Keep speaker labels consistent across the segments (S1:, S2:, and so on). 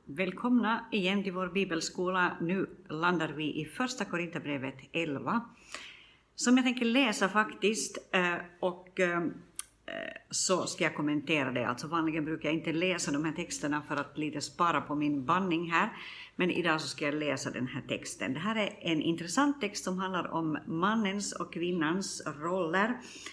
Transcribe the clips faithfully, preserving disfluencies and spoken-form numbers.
S1: Välkomna igen till vår bibelskola. Nu landar vi i första Korinthierbrevet elva. Som jag tänker läsa faktiskt och så ska jag kommentera det. Alltså vanligen brukar jag inte läsa de här texterna för att lite spara på min bandning här. Men idag så ska jag läsa den här texten. Det här är en intressant text som handlar om mannens och kvinnans roller.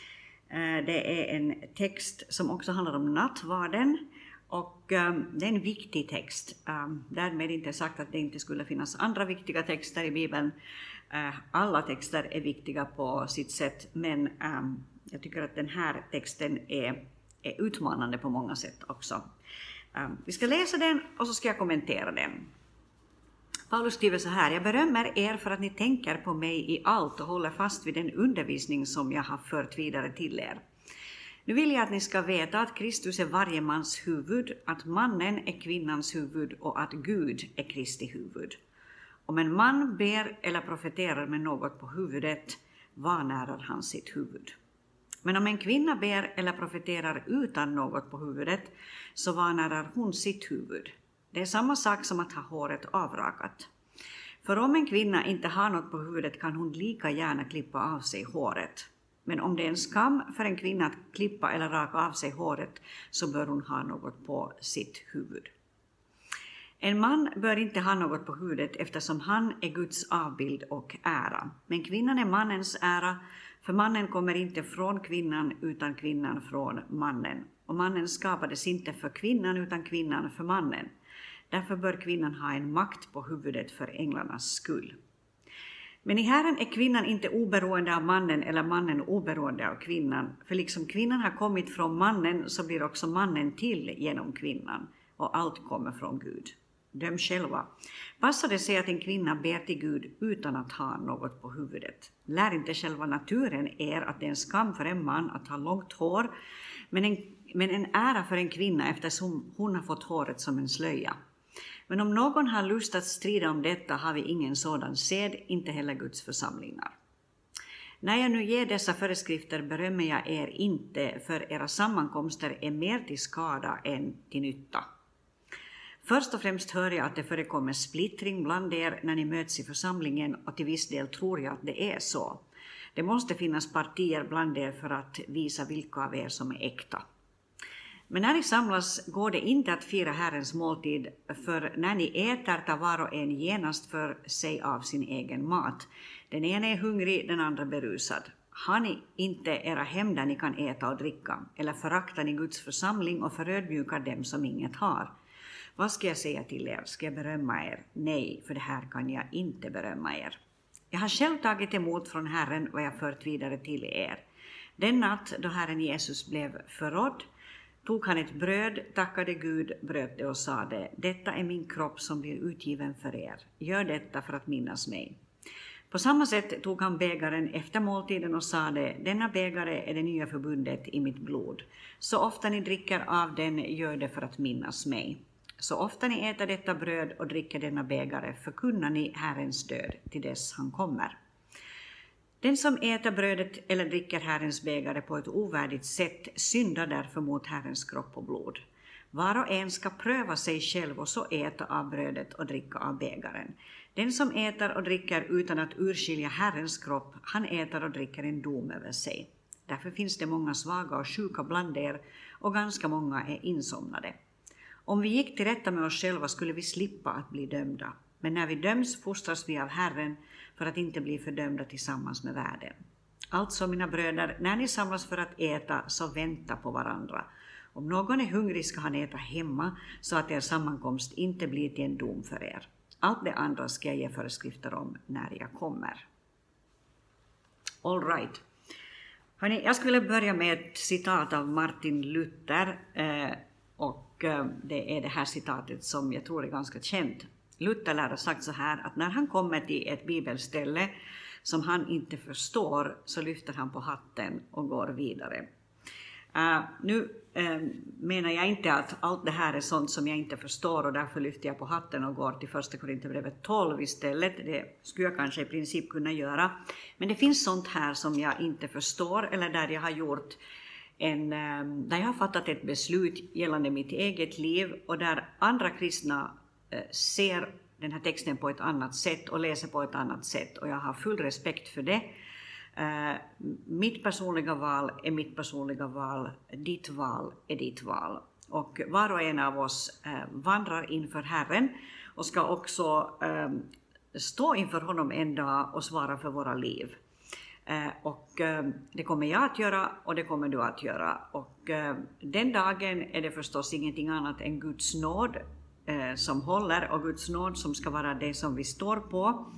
S1: Det är en text som också handlar om nattvarden. Och um, det är en viktig text. Um, därmed inte sagt att det inte skulle finnas andra viktiga texter i Bibeln. Uh, alla texter är viktiga på sitt sätt. Men um, jag tycker att den här texten är, är utmanande på många sätt också. Um, vi ska läsa den och så ska jag kommentera den. Paulus skriver så här: Jag berömmer er för att ni tänker på mig i allt och håller fast vid den undervisning som jag har fört vidare till er. Nu vill jag att ni ska veta att Kristus är varje mans huvud, att mannen är kvinnans huvud och att Gud är Kristi huvud. Om en man ber eller profeterar med något på huvudet, vanärar han sitt huvud. Men om en kvinna ber eller profeterar utan något på huvudet, så vanärar hon sitt huvud. Det är samma sak som att ha håret avrakat. För om en kvinna inte har något på huvudet kan hon lika gärna klippa av sig håret. Men om det är en skam för en kvinna att klippa eller raka av sig håret, så bör hon ha något på sitt huvud. En man bör inte ha något på huvudet eftersom han är Guds avbild och ära. Men kvinnan är mannens ära, för mannen kommer inte från kvinnan utan kvinnan från mannen. Och mannen skapades inte för kvinnan utan kvinnan för mannen. Därför bör kvinnan ha en makt på huvudet för änglarnas skull. Men i Herren är kvinnan inte oberoende av mannen eller mannen oberoende av kvinnan. För liksom kvinnan har kommit från mannen så blir också mannen till genom kvinnan. Och allt kommer från Gud. Döm själva. Passar det sig att en kvinna ber till Gud utan att ha något på huvudet? Lär inte själva naturen er att det är en skam för en man att ha långt hår, men en, men en ära för en kvinna eftersom hon har fått håret som en slöja. Men om någon har lust att strida om detta har vi ingen sådan sed, inte heller Guds församlingar. När jag nu ger dessa föreskrifter berömmer jag er inte, för era sammankomster är mer till skada än till nytta. Först och främst hör jag att det förekommer splittring bland er när ni möts i församlingen, och till viss del tror jag att det är så. Det måste finnas partier bland er för att visa vilka av er som är äkta. Men när ni samlas går det inte att fira Herrens måltid, för när ni äter tar var och en genast för sig av sin egen mat. Den ena är hungrig, den andra berusad. Har ni inte era hem där ni kan äta och dricka, eller föraktar ni Guds församling och förödmjukar dem som inget har? Vad ska jag säga till er? Ska jag berömma er? Nej, för det här kan jag inte berömma er. Jag har själv tagit emot från Herren vad jag fört vidare till er. Den natt då Herren Jesus blev förrådd, tog han ett bröd, tackade Gud, bröt det och sade: Detta är min kropp som blir utgiven för er. Gör detta för att minnas mig. På samma sätt tog han bägaren efter måltiden och sade: Denna bägare är det nya förbundet i mitt blod. Så ofta ni dricker av den, gör det för att minnas mig. Så ofta ni äter detta bröd och dricker denna bägare förkunnar ni Herrens död till dess han kommer. Den som äter brödet eller dricker Herrens bägare på ett ovärdigt sätt syndar därför mot Herrens kropp och blod. Var och en ska pröva sig själv och så äta av brödet och dricka av bägaren. Den som äter och dricker utan att urskilja Herrens kropp, han äter och dricker en dom över sig. Därför finns det många svaga och sjuka bland er, och ganska många är insomnade. Om vi gick till rätta med oss själva skulle vi slippa att bli dömda. Men när vi döms fostras vi av Herren för att inte bli fördömda tillsammans med världen. Alltså, mina bröder, när ni samlas för att äta, så vänta på varandra. Om någon är hungrig ska han äta hemma, så att er sammankomst inte blir till en dom för er. Allt det andra ska jag ge föreskrifter om när jag kommer. All right. Hörrni, jag skulle börja med ett citat av Martin Luther. Eh, och eh, det är det här citatet som jag tror är ganska känt. Luther lär ha sagt så här, att när han kommer till ett bibelställe som han inte förstår, så lyfter han på hatten och går vidare. Uh, nu uh, menar jag inte att allt det här är sånt som jag inte förstår, och därför lyfter jag på hatten och går till första Korinthierbrevet tolv istället. Det skulle jag kanske i princip kunna göra. Men det finns sånt här som jag inte förstår, eller där jag har gjort en, uh, där jag har fattat ett beslut gällande mitt eget liv, och där andra kristna eh, ser den här texten på ett annat sätt och läser på ett annat sätt, och jag har full respekt för det. Eh, mitt personliga val är mitt personliga val, ditt val är ditt val. Och var och en av oss eh, vandrar inför Herren och ska också eh, stå inför honom en dag och svara för våra liv. Eh, och eh, det kommer jag att göra och det kommer du att göra. Och eh, den dagen är det förstås ingenting annat än Guds nåd eh, som håller, och Guds nåd som ska vara det som vi står på.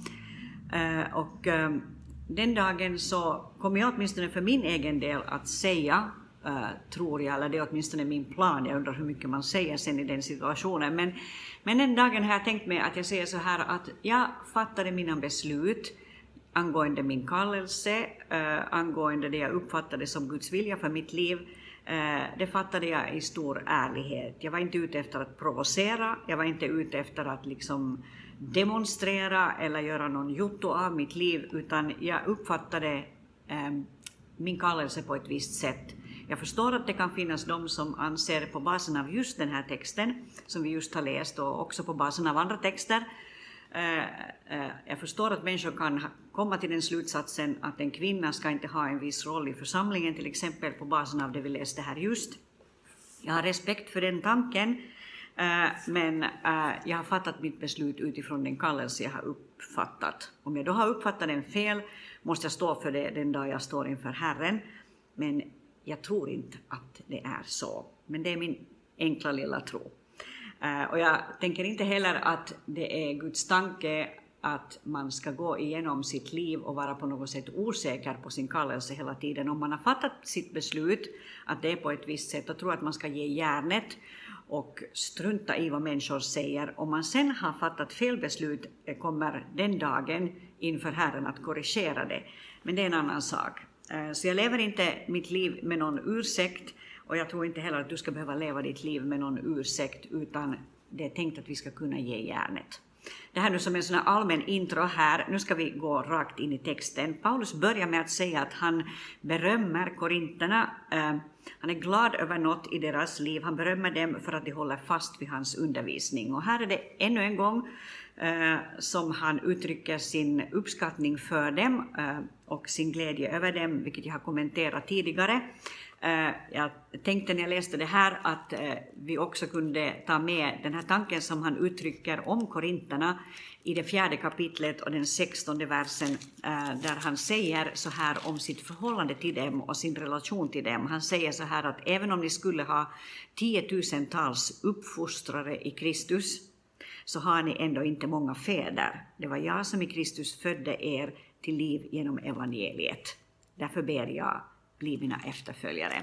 S1: Eh, och eh, den dagen så kommer jag åtminstone för min egen del att säga, uh, tror jag, eller det är åtminstone min plan, jag undrar hur mycket man säger sen i den situationen, men, men den dagen har jag tänkt mig att jag säger så här, att jag fattade mina beslut angående min kallelse, uh, angående det jag uppfattade som Guds vilja för mitt liv. Uh, det fattade jag i stor ärlighet. Jag var inte ute efter att provocera, jag var inte ute efter att liksom demonstrera eller göra någon jotto av mitt liv, utan jag uppfattade eh, min kallelse på ett visst sätt. Jag förstår att det kan finnas de som anser på basen av just den här texten som vi just har läst, och också på basen av andra texter. Eh, eh, jag förstår att människor kan komma till den slutsatsen att en kvinna ska inte ha en viss roll i församlingen, till exempel på basen av det vi läste här just. Jag har respekt för den tanken. Uh, men uh, jag har fattat mitt beslut utifrån den kallelse jag har uppfattat. Om jag då har uppfattat den fel måste jag stå för det den dag jag står inför Herren. Men jag tror inte att det är så. Men det är min enkla lilla tro. Uh, och jag tänker inte heller att det är Guds tanke att man ska gå igenom sitt liv och vara på något sätt osäker på sin kallelse hela tiden. Om man har fattat sitt beslut att det är på ett visst sätt och tror att man ska ge järnet och strunta i vad människor säger. Om man sen har fattat fel beslut kommer den dagen inför Herren att korrigera det. Men det är en annan sak. Så jag lever inte mitt liv med någon ursäkt, och jag tror inte heller att du ska behöva leva ditt liv med någon ursäkt, utan det är tänkt att vi ska kunna ge järnet. Det här nu som en sån här allmän intro här. Nu ska vi gå rakt in i texten. Paulus börjar med att säga att han berömmer korinterna. Uh, han är glad över något i deras liv. Han berömmer dem för att de håller fast vid hans undervisning. Och här är det ännu en gång uh, som han uttrycker sin uppskattning för dem uh, och sin glädje över dem, vilket jag har kommenterat tidigare. Uh, jag tänkte när jag läste det här att uh, vi också kunde ta med den här tanken som han uttrycker om korinterna i det fjärde kapitlet och den sextonde versen, uh, där han säger så här om sitt förhållande till dem och sin relation till dem. Han säger så här att även om ni skulle ha tiotusentals uppfostrare i Kristus, så har ni ändå inte många fäder. Det var jag som i Kristus födde er till liv genom evangeliet. Därför ber jag, bli mina efterföljare.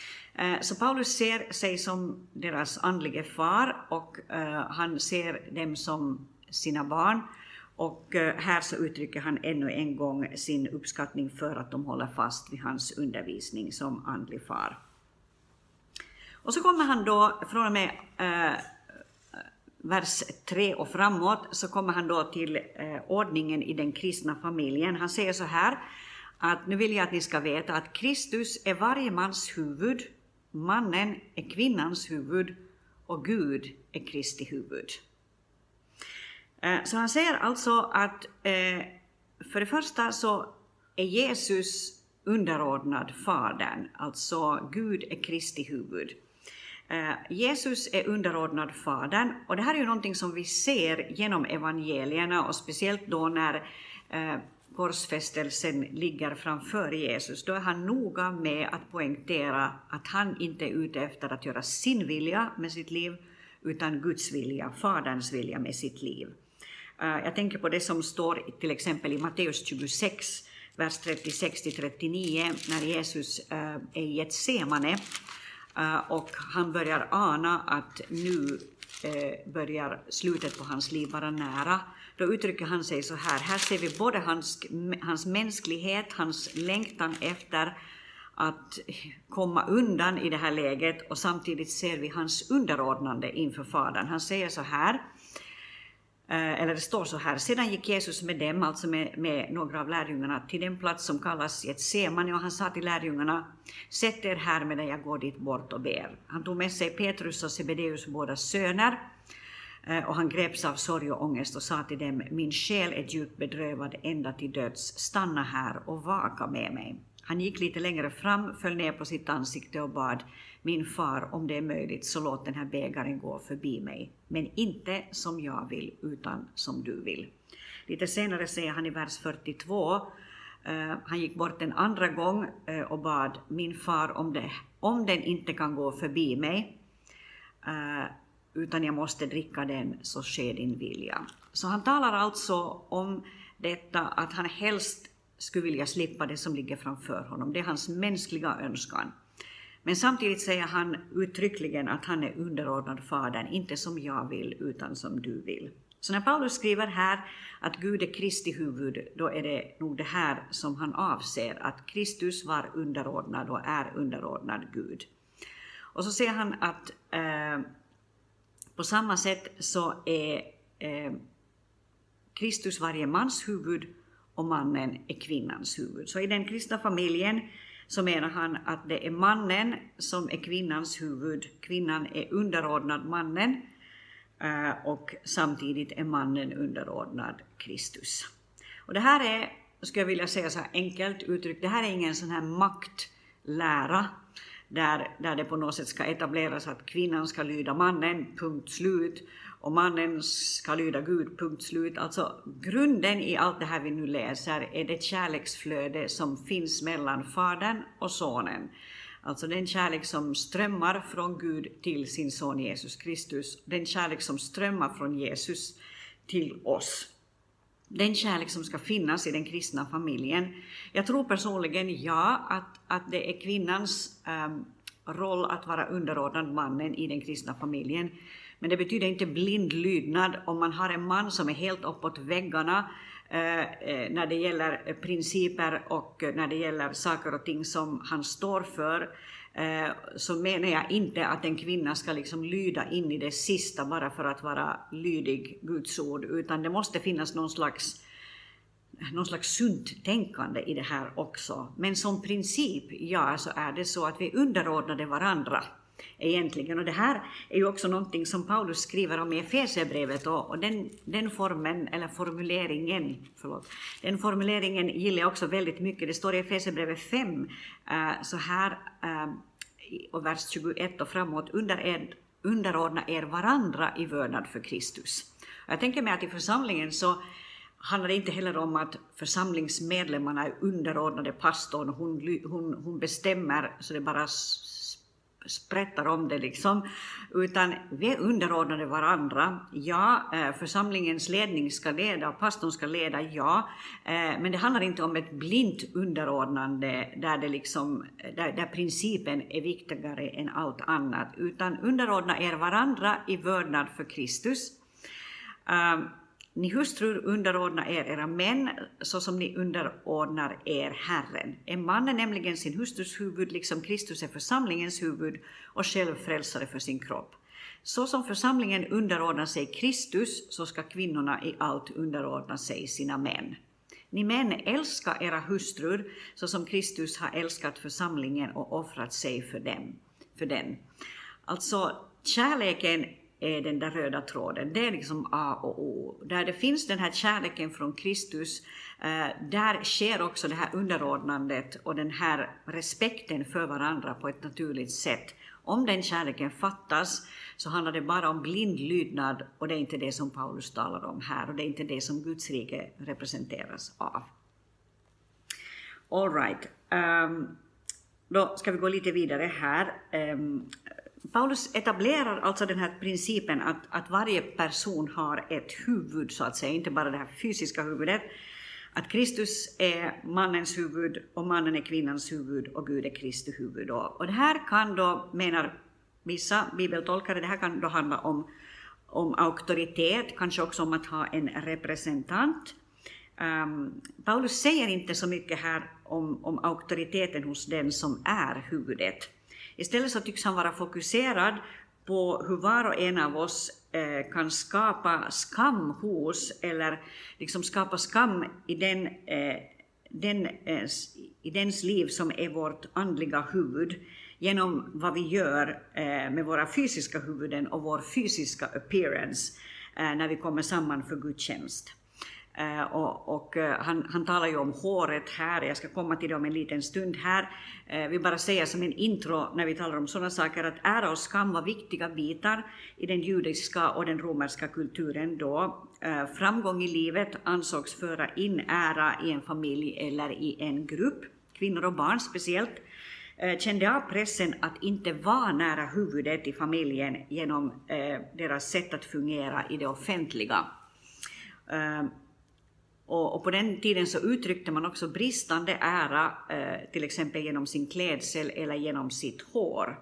S1: Så Paulus ser sig som deras andlige far, och han ser dem som sina barn. Och här så uttrycker han ännu en gång sin uppskattning för att de håller fast vid hans undervisning som andlig far. Och så kommer han då från och med vers tre och framåt, så kommer han då till ordningen i den kristna familjen. Han säger så här, att nu vill jag att ni ska veta att Kristus är varje mans huvud, mannen är kvinnans huvud och Gud är Kristi huvud. Så han säger alltså att för det första så är Jesus underordnad Fadern, alltså Gud är Kristi huvud. Jesus är underordnad Fadern, och det här är ju någonting som vi ser genom evangelierna, och speciellt då när korsfästelsen ligger framför Jesus, då är han noga med att poängtera att han inte är ute efter att göra sin vilja med sitt liv, utan Guds vilja, Faderns vilja med sitt liv. Jag tänker på det som står till exempel i Matteus tjugosex, vers trettiosex till trettionio, när Jesus är i Getsemane och han börjar ana att nu börjar slutet på hans liv vara nära. Då uttrycker han sig så här. Här ser vi både hans, hans mänsklighet, hans längtan efter att komma undan i det här läget, och samtidigt ser vi hans underordnande inför Fadern. Han säger så här, eller det står så här: sedan gick Jesus med dem, alltså med, med några av lärjungarna, till den plats som kallas Getsemane, och han sa till lärjungarna: sätt er här medan jag går dit bort och ber. Han tog med sig Petrus och Sebedeus båda söner Och han greps av sorg och ångest och sa till dem: min själ är djupt bedrövad ända till döds. Stanna här och vaka med mig. Han gick lite längre fram, föll ner på sitt ansikte och bad: min far, om det är möjligt så låt den här bägaren gå förbi mig. Men inte som jag vill, utan som du vill. Lite senare säger han i vers fyrtiotvå: uh, han gick bort en andra gång uh, och bad: min far, om, det, om den inte kan gå förbi mig, uh, utan jag måste dricka den, så sker din vilja. Så han talar alltså om detta att han helst skulle vilja slippa det som ligger framför honom. Det är hans mänskliga önskan. Men samtidigt säger han uttryckligen att han är underordnad Fadern, inte som jag vill utan som du vill. Så när Paulus skriver här att Gud är Kristi huvud, då är det nog det här som han avser, att Kristus var underordnad och är underordnad Gud. Och så säger han att eh, på samma sätt så är eh, Kristus varje mans huvud och mannen är kvinnans huvud. Så i den kristna familjen så menar han att det är mannen som är kvinnans huvud. Kvinnan är underordnad mannen och samtidigt är mannen underordnad Kristus. Och det här är, skulle jag vilja säga så här enkelt uttryckt, det här är ingen sån här maktlära där, där det på något sätt ska etableras att kvinnan ska lyda mannen, punkt slut, och mannen ska lyda Gud, punkt slut. Alltså grunden i allt det här vi nu läser är det kärleksflöde som finns mellan Fadern och Sonen. Alltså den kärlek som strömmar från Gud till sin son Jesus Kristus. Den kärlek som strömmar från Jesus till oss. Den kärlek som ska finnas i den kristna familjen. Jag tror personligen ja att, att det är kvinnans um, roll att vara underordnad mannen i den kristna familjen. Men det betyder inte blind lydnad. Om man har en man som är helt uppåt väggarna eh, när det gäller principer och när det gäller saker och ting som han står för, eh, så menar jag inte att en kvinna ska liksom lyda in i det sista bara för att vara lydig Guds ord, utan det måste finnas någon slags någon slags sunt tänkande i det här också. Men som princip, ja, så är det så att vi underordnade varandra egentligen. Och det här är ju också någonting som Paulus skriver om i Efesierbrevet, och, och den, den formen, eller formuleringen, förlåt, den formuleringen gillar jag också väldigt mycket. Det står i Efesierbrevet fem uh, så här, uh, och vers tjugoett och framåt: under er, underordna er varandra i vördnad för Kristus. Och jag tänker mig att i församlingen så handlar det inte heller om att församlingsmedlemmarna är underordnade pastorn och hon, hon, hon bestämmer så det bara sprättar om det liksom, utan vi är underordnade varandra. Ja, församlingens ledning ska leda och pastorn ska leda, ja, men det handlar inte om ett blint underordnande där, det liksom, där, där principen är viktigare än allt annat, utan underordna er varandra i vördnad för Kristus. Ni hustrur, underordna er era män så som ni underordnar er Herren. En man är nämligen sin hustrus huvud, liksom Kristus är församlingens huvud och själv frälsare för sin kropp. Så som församlingen underordnar sig Kristus, så ska kvinnorna i allt underordna sig sina män. Ni män, älska era hustrur så som Kristus har älskat församlingen och offrat sig för dem, för den. Alltså kärleken är den där röda tråden. Det är liksom A och O. Där det finns den här kärleken från Kristus, där sker också det här underordnandet och den här respekten för varandra på ett naturligt sätt. Om den kärleken fattas så handlar det bara om blind lydnad, och det är inte det som Paulus talar om här, och det är inte det som Guds rike representeras av. All right. Um, då ska vi gå lite vidare här. Um, Paulus etablerar alltså den här principen att, att varje person har ett huvud, så att säga, inte bara det här fysiska huvudet. Att Kristus är mannens huvud och mannen är kvinnans huvud och Gud är Kristi huvud. Och det här kan då, menar vissa bibeltolkare, det här kan då handla om, om auktoritet, kanske också om att ha en representant. Um, Paulus säger inte så mycket här om, om auktoriteten hos den som är huvudet. Istället så tycks han vara fokuserad på hur var och en av oss eh, kan skapa skam hos, eller liksom skapa skam i den, eh, den, eh, i dens liv som är vårt andliga huvud, genom vad vi gör eh, med våra fysiska huvuden och vår fysiska appearance. eh, när vi kommer samman för gudstjänst. Uh, och, och uh, han, han talar ju om håret här, jag ska komma till det om en liten stund här. Uh, vi bara säger som en intro när vi talar om sådana saker att ära och skam var viktiga bitar i den judiska och den romerska kulturen då. Uh, framgång i livet ansågs föra in ära i en familj eller i en grupp. Kvinnor och barn speciellt uh, kände av pressen att inte vara nära huvudet i familjen genom uh, deras sätt att fungera i det offentliga. Uh, Och, och på den tiden så uttryckte man också bristande ära, eh, till exempel genom sin klädsel eller genom sitt hår.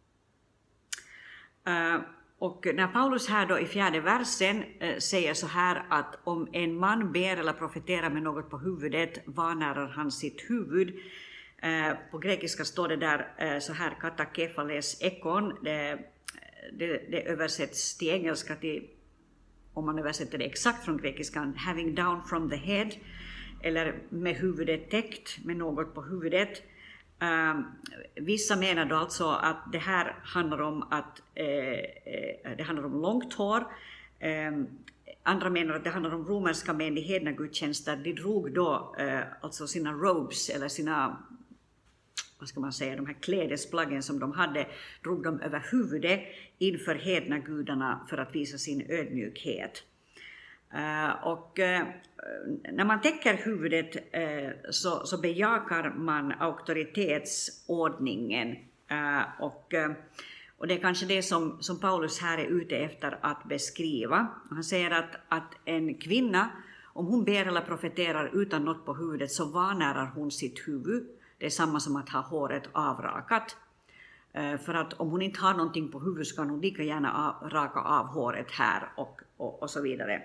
S1: Eh, och när Paulus här då i fjärde versen eh, säger så här att om en man ber eller profeterar med något på huvudet vanärar han sitt huvud. Eh, på grekiska står det där eh, så här katakefales ekon, det, det, det översätts till engelska till, om man översätter det exakt från grekiskan, having down from the head, eller med huvudet täckt, med något på huvudet. Um, vissa menar då alltså att det här handlar om att eh, det handlar om långt hår. Um, andra menar att det handlar om romerska män i hedna gudstjänster. De drog då eh, alltså sina robes, eller sina, vad ska man säga, de här klädesplaggen som de hade, drog de över huvudet inför hedna gudarna för att visa sin ödmjukhet. Uh, och uh, när man täcker huvudet uh, så, så bejakar man auktoritetsordningen. Uh, och, uh, och det är kanske det som, som Paulus här är ute efter att beskriva. Han säger att, att en kvinna, om hon ber eller profeterar utan något på huvudet, så vanärar hon sitt huvud. Det är samma som att ha håret avrakat. För att om hon inte har någonting på huvudet ska hon lika gärna raka av håret här och, och, och så vidare.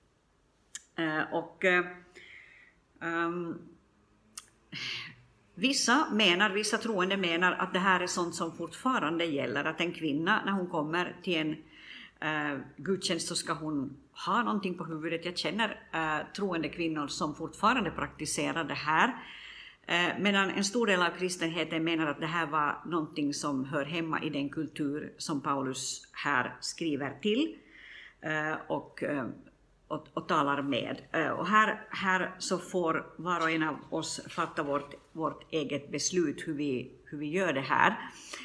S1: Och um, vissa menar, vissa troende menar att det här är sånt som fortfarande gäller. Att en kvinna, när hon kommer till en uh, gudstjänst, så ska hon ha någonting på huvudet. Jag känner uh, troende kvinnor som fortfarande praktiserar det här. Medan en stor del av kristenheten menar att det här var någonting som hör hemma i den kultur som Paulus här skriver till och, och, och talar med. Och här, här så får var och en av oss fatta vårt, vårt eget beslut hur vi, hur vi gör det här.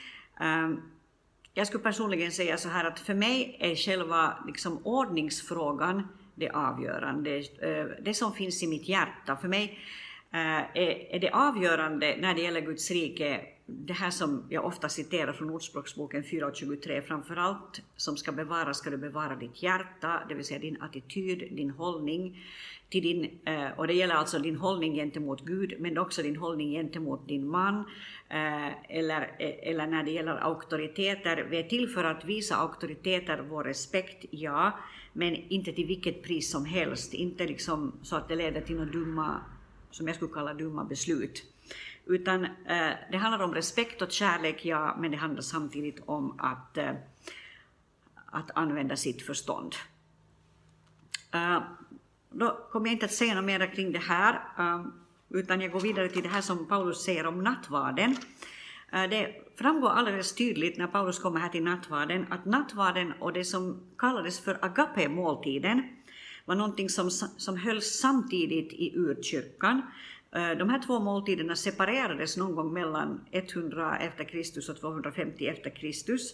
S1: Jag skulle personligen säga så här att för mig är själva liksom ordningsfrågan det avgörande. Det som finns i mitt hjärta. För mig är det avgörande när det gäller Guds rike, det här som jag ofta citerar från Ordspråksboken fyra tjugotre, framförallt som ska bevaras ska du bevara ditt hjärta, det vill säga din attityd, din hållning till din, och det gäller alltså din hållning gentemot Gud, men också din hållning gentemot din man, eller, eller när det gäller auktoriteter. Vi är till för att visa auktoriteter vår respekt, ja, men inte till vilket pris som helst, inte liksom så att det leder till några dumma, som jag skulle kalla dumma beslut. Utan eh, det handlar om respekt och kärlek, ja, men det handlar samtidigt om att, eh, att använda sitt förstånd. Uh, då kommer jag inte att säga något mer kring det här, uh, utan jag går vidare till det här som Paulus säger om nattvarden. Uh, det framgår alldeles tydligt när Paulus kommer här till nattvarden, att nattvarden och det som kallades för agape-måltiden var någonting som, som hölls samtidigt i urkyrkan. De här två måltiderna separerades någon gång mellan hundra efter Kristus och tvåhundrafemtio efter Kristus.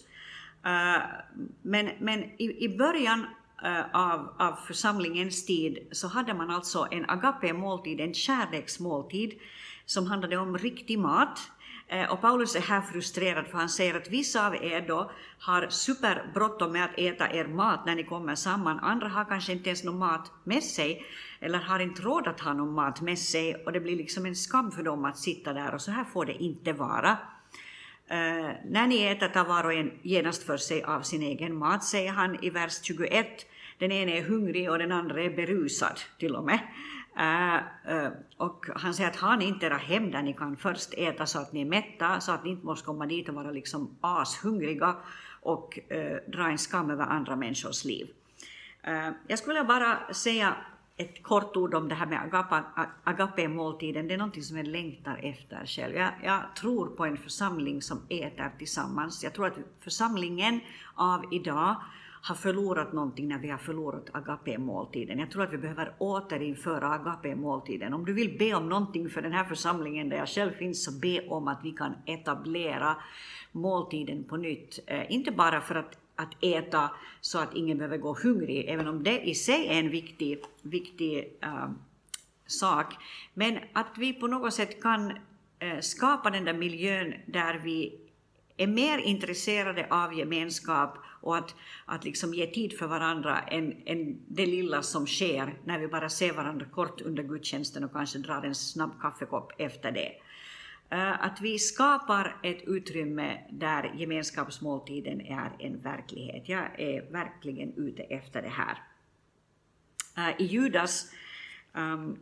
S1: Men, men i, i början av, av församlingens tid så hade man alltså en agape-måltid, en kärleksmåltid som handlade om riktig mat. Och Paulus är här frustrerad för han säger att vissa av er då har superbråttom med att äta er mat när ni kommer samman. Andra har kanske inte ens någon mat med sig eller har inte råd att ha någon mat med sig, och det blir liksom en skam för dem att sitta där, och så här får det inte vara. Uh, när ni äter tar var och en genast för sig av sin egen mat, säger han i vers tjugoett. Den ene är hungrig och den andra är berusad till och med. Uh, uh, och han säger att har ni inte era hem där ni kan först äta så att ni är mätta, så att ni inte måste komma dit och vara liksom ashungriga och uh, dra en skam över andra människors liv. Uh, jag skulle bara säga ett kort ord om det här med agape-måltiden. Det är någonting som jag längtar efter själv. Jag, jag tror på en församling som äter tillsammans. Jag tror att församlingen av idag har förlorat någonting när vi har förlorat agape-måltiden. Jag tror att vi behöver återinföra agape-måltiden. Om du vill be om någonting för den här församlingen där jag själv finns, så be om att vi kan etablera måltiden på nytt. Eh, inte bara för att, att äta så att ingen behöver gå hungrig, även om det i sig är en viktig, viktig uh, sak. Men att vi på något sätt kan uh, skapa den där miljön där vi är mer intresserade av gemenskap och att, att liksom ge tid för varandra än, än det lilla som sker när vi bara ser varandra kort under gudstjänsten och kanske drar en snabb kaffekopp efter det. Att vi skapar ett utrymme där gemenskapsmåltiden är en verklighet. Jag är verkligen ute efter det här. I Judas, um,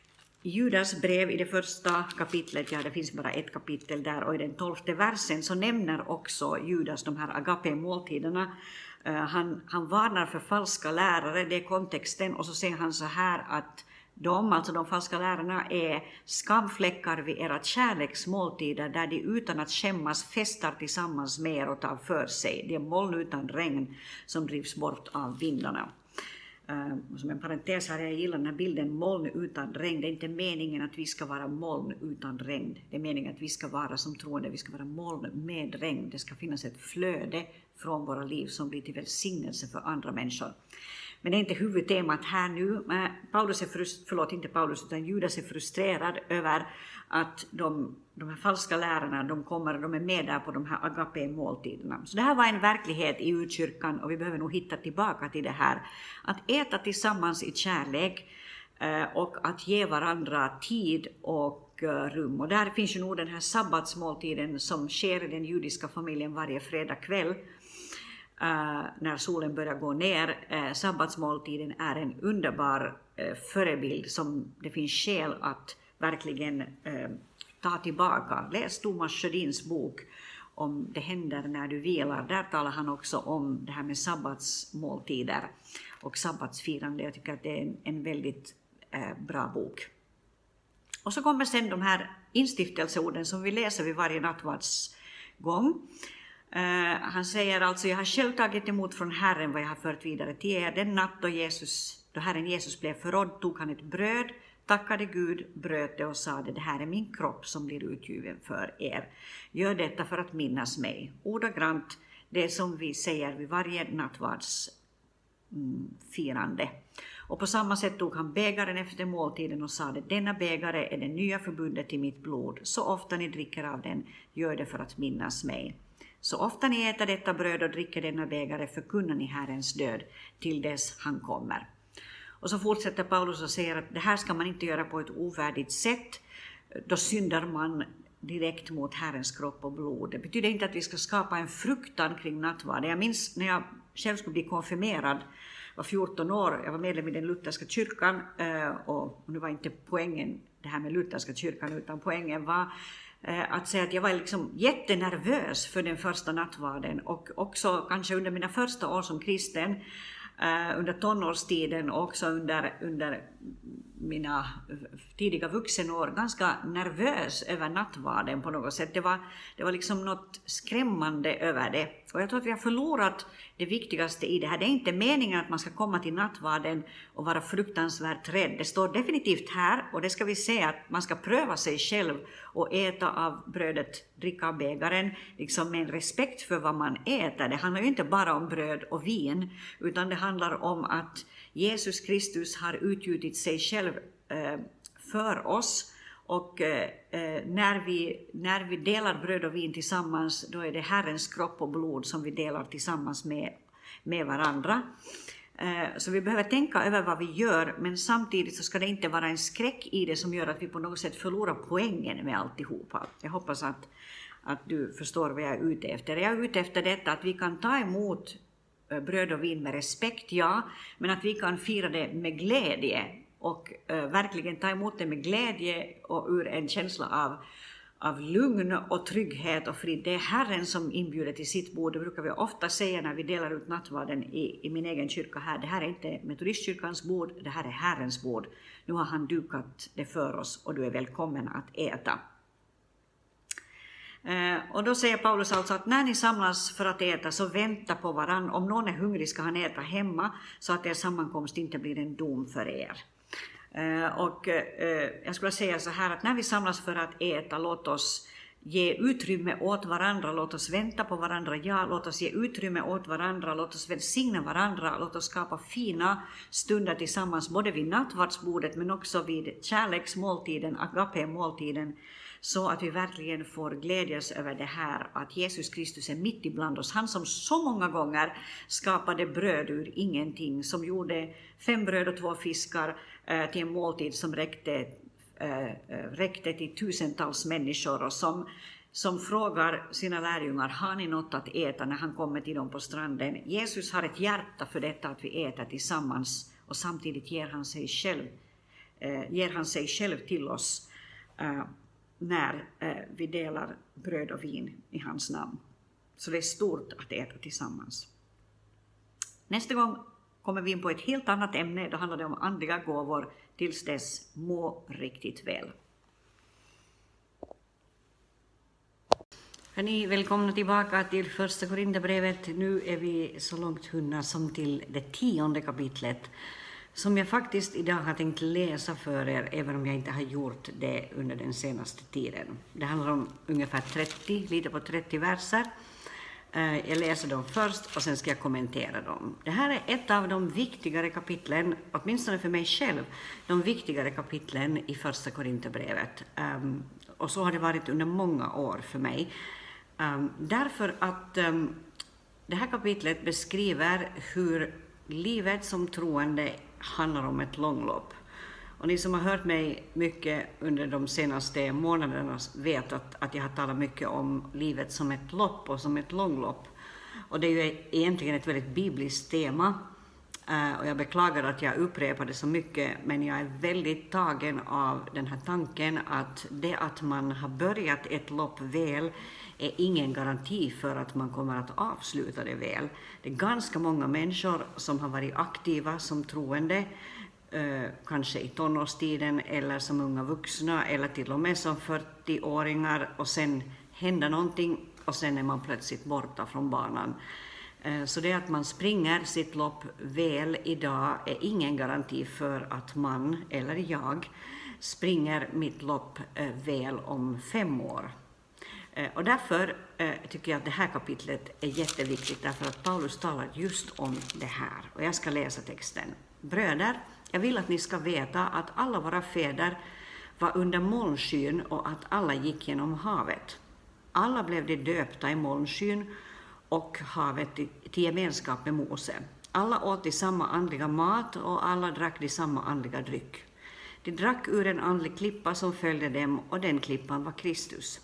S1: Judas brev i det första kapitlet, ja det finns bara ett kapitel där, och i den tolfte versen så nämner också Judas de här agape-måltiderna. Uh, han, han varnar för falska lärare, det är kontexten, och så säger han så här att de, alltså de falska lärarna, är skamfläckar vid era kärleksmåltider där de utan att skämmas festar tillsammans med er och tar för sig. Det är moln utan regn som drivs bort av vindarna. Uh, som en parentes här, jag gillar den här bilden, moln utan regn. Det är inte meningen att vi ska vara moln utan regn. Det är meningen att vi ska vara som troende, vi ska vara moln med regn. Det ska finnas ett flöde från våra liv som blir till välsignelse för andra människor. Men det är inte huvudtemat här nu. Paulus är frust- förlåt, inte Paulus utan Judas är frustrerad över att de, de här falska lärarna, de kommer, de är med där på de här agape-måltiderna. Så det här var en verklighet i urkyrkan, och vi behöver nog hitta tillbaka till det här. Att äta tillsammans i kärlek och att ge varandra tid och rum. Och där finns ju nog den här sabbatsmåltiden som sker i den judiska familjen varje fredag kväll. Uh, när solen börjar gå ner. Uh, sabbatsmåltiden är en underbar uh, förebild som det finns skäl att verkligen uh, ta tillbaka. Läs Thomas Sjödins bok om det händer när du vilar. Där talar han också om det här med sabbatsmåltider och sabbatsfirande. Jag tycker att det är en, en väldigt uh, bra bok. Och så kommer sen de här instiftelseorden som vi läser vid varje nattvardsgång. Uh, han säger alltså, jag har själv tagit emot från Herren vad jag har fört vidare till er. Den natt då, Jesus, då Herren Jesus blev förrådd tog han ett bröd, tackade Gud, bröt det och sade, det här är min kropp som blir utgiven för er. Gör detta för att minnas mig. Ordagrant det som vi säger vid varje nattvards mm, firande. Och på samma sätt tog han bägaren efter måltiden och sade, denna bägare är det nya förbundet i mitt blod. Så ofta ni dricker av den, gör det för att minnas mig. Så ofta ni äter detta bröd och dricker denna bägare förkunnar ni Herrens död till dess han kommer. Och så fortsätter Paulus och säger att det här ska man inte göra på ett ovärdigt sätt. Då syndar man direkt mot Herrens kropp och blod. Det betyder inte att vi ska skapa en fruktan kring nattvarden. Jag minns när jag själv skulle bli konfirmerad, var fjorton år, jag var medlem i den lutherska kyrkan, och nu var inte poängen det här med lutherska kyrkan, utan poängen var att säga att jag var liksom jättenervös för den första nattvarden, och också kanske under mina första år som kristen, under tonårstiden och också under, under mina tidiga vuxenår ganska nervös över nattvarden på något sätt. Det var, det var liksom något skrämmande över det. Och jag tror att vi har förlorat det viktigaste i det här. Det är inte meningen att man ska komma till nattvarden och vara fruktansvärt rädd. Det står definitivt här, och det ska vi se, att man ska pröva sig själv och äta av brödet, dricka av bägaren, liksom med en respekt för vad man äter. Det handlar ju inte bara om bröd och vin, utan det handlar om att Jesus Kristus har utgjutit sig själv eh, för oss, och eh, när, vi, när vi delar bröd och vin tillsammans, då är det Herrens kropp och blod som vi delar tillsammans med, med varandra. Eh, så vi behöver tänka över vad vi gör, men samtidigt så ska det inte vara en skräck i det som gör att vi på något sätt förlorar poängen med alltihopa. Jag hoppas att, att du förstår vad jag är ute efter. Jag är ute efter detta, att vi kan ta emot bröd och vin med respekt, ja, men att vi kan fira det med glädje och uh, verkligen ta emot det med glädje och ur en känsla av, av lugn och trygghet och frid. Det är Herren som inbjuder till sitt bord. Det brukar vi ofta säga när vi delar ut nattvarden i, i min egen kyrka här. Det här är inte metodistkyrkans bord, det här är Herrens bord. Nu har han dukat det för oss och du är välkommen att äta. Och då säger Paulus alltså att när ni samlas för att äta så vänta på varann. Om någon är hungrig ska han äta hemma så att er sammankomst inte blir en dom för er. Och jag skulle säga så här att när vi samlas för att äta, låt oss ge utrymme åt varandra, låt oss vänta på varandra, ja, låt oss ge utrymme åt varandra, låt oss välsigna varandra, låt oss skapa fina stunder tillsammans både vid nattvardsbordet men också vid kärleksmåltiden, agape-måltiden, så att vi verkligen får glädjas över det här att Jesus Kristus är mitt ibland oss. Han som så många gånger skapade bröd ur ingenting, som gjorde fem bröd och två fiskar eh, till en måltid som räckte, eh, räckte till tusentals människor, och som, som frågar sina lärjungar, har ni något att äta, när han kommer till dem på stranden. Jesus har ett hjärta för detta att vi äter tillsammans, och samtidigt ger han sig själv, eh, ger han sig själv till oss eh, när eh, vi delar bröd och vin i hans namn. Så det är stort att äta tillsammans. Nästa gång kommer vi in på ett helt annat ämne. Då handlar det om andliga gåvor. Tills dess, må riktigt väl. Hörrni, välkomna tillbaka till första Korinthierbrevet. Nu är vi så långt hunna som till det tionde kapitlet, som jag faktiskt idag har tänkt läsa för er, även om jag inte har gjort det under den senaste tiden. Det handlar om ungefär trettio, lite på trettio verser. Jag läser dem först och sen ska jag kommentera dem. Det här är ett av de viktigare kapitlen, åtminstone för mig själv, de viktigare kapitlen i första Korinthierbrevet. Um, och så har det varit under många år för mig. Um, därför att um, det här kapitlet beskriver hur livet som troende handlar om ett långlopp. Och ni som har hört mig mycket under de senaste månaderna vet att, att jag har talat mycket om livet som ett lopp och som ett långlopp. Och det är ju egentligen ett väldigt bibliskt tema. Uh, och jag beklagar att jag upprepar det så mycket, men jag är väldigt tagen av den här tanken att det att man har börjat ett lopp väl är ingen garanti för att man kommer att avsluta det väl. Det är ganska många människor som har varit aktiva som troende, eh, kanske i tonårstiden eller som unga vuxna eller till och med som fyrtioåringar, och sen händer någonting och sen är man plötsligt borta från banan. Eh, så det att man springer sitt lopp väl idag är ingen garanti för att man eller jag springer mitt lopp eh, väl om fem år. Och därför eh, tycker jag att det här kapitlet är jätteviktigt, därför att Paulus talar just om det här. Och jag ska läsa texten. Bröder, jag vill att ni ska veta att alla våra fäder var under molnskyn och att alla gick genom havet. Alla blev de döpta i molnskyn och havet till, till gemenskap med Mose. Alla åt i samma andliga mat och alla drack i samma andliga dryck. De drack ur en andlig klippa som följde dem, och den klippan var Kristus.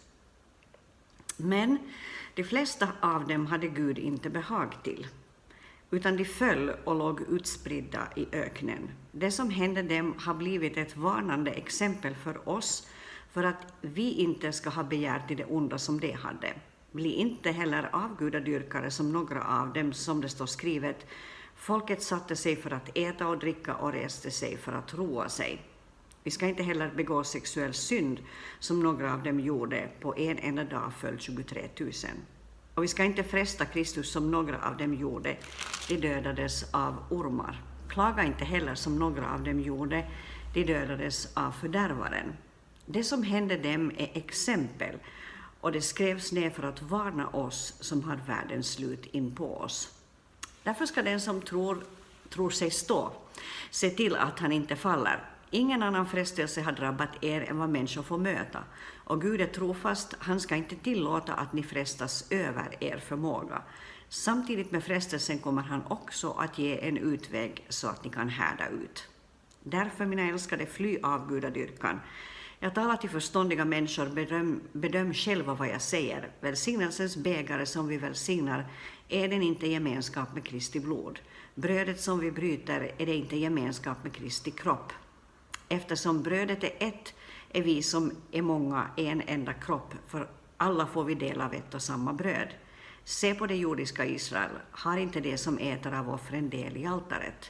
S1: Men de flesta av dem hade Gud inte behag till, utan de föll och låg utspridda i öknen. Det som hände dem har blivit ett varnande exempel för oss, för att vi inte ska ha begärt till det onda som de hade. Bli inte heller avgudadyrkare som några av dem, som det står skrivet. Folket satte sig för att äta och dricka och reste sig för att roa sig. Vi ska inte heller begå sexuell synd som några av dem gjorde. På en enda dag föll tjugotre tusen. Och vi ska inte fresta Kristus som några av dem gjorde. De dödades av ormar. Klaga inte heller som några av dem gjorde. De dödades av fördärvaren. Det som hände dem är exempel, och det skrevs ner för att varna oss som har världens slut in på oss. Därför ska den som tror, tror sig stå se till att han inte faller. Ingen annan frestelse har drabbat er än vad människor får möta. Och Gud är trofast, han ska inte tillåta att ni frestas över er förmåga. Samtidigt med frestelsen kommer han också att ge en utväg så att ni kan härda ut. Därför, mina älskade, fly av gudadyrkan. Jag talar till förståndiga människor, bedöm, bedöm själva vad jag säger. Välsignelsens bägare som vi välsignar, är den inte gemenskap med Kristi blod? Brödet som vi bryter, är det inte gemenskap med Kristi kropp? Eftersom brödet är ett, är vi som är många en enda kropp, för alla får vi del av ett och samma bröd. Se på det jordiska Israel, har inte det som äter av offren del i altaret?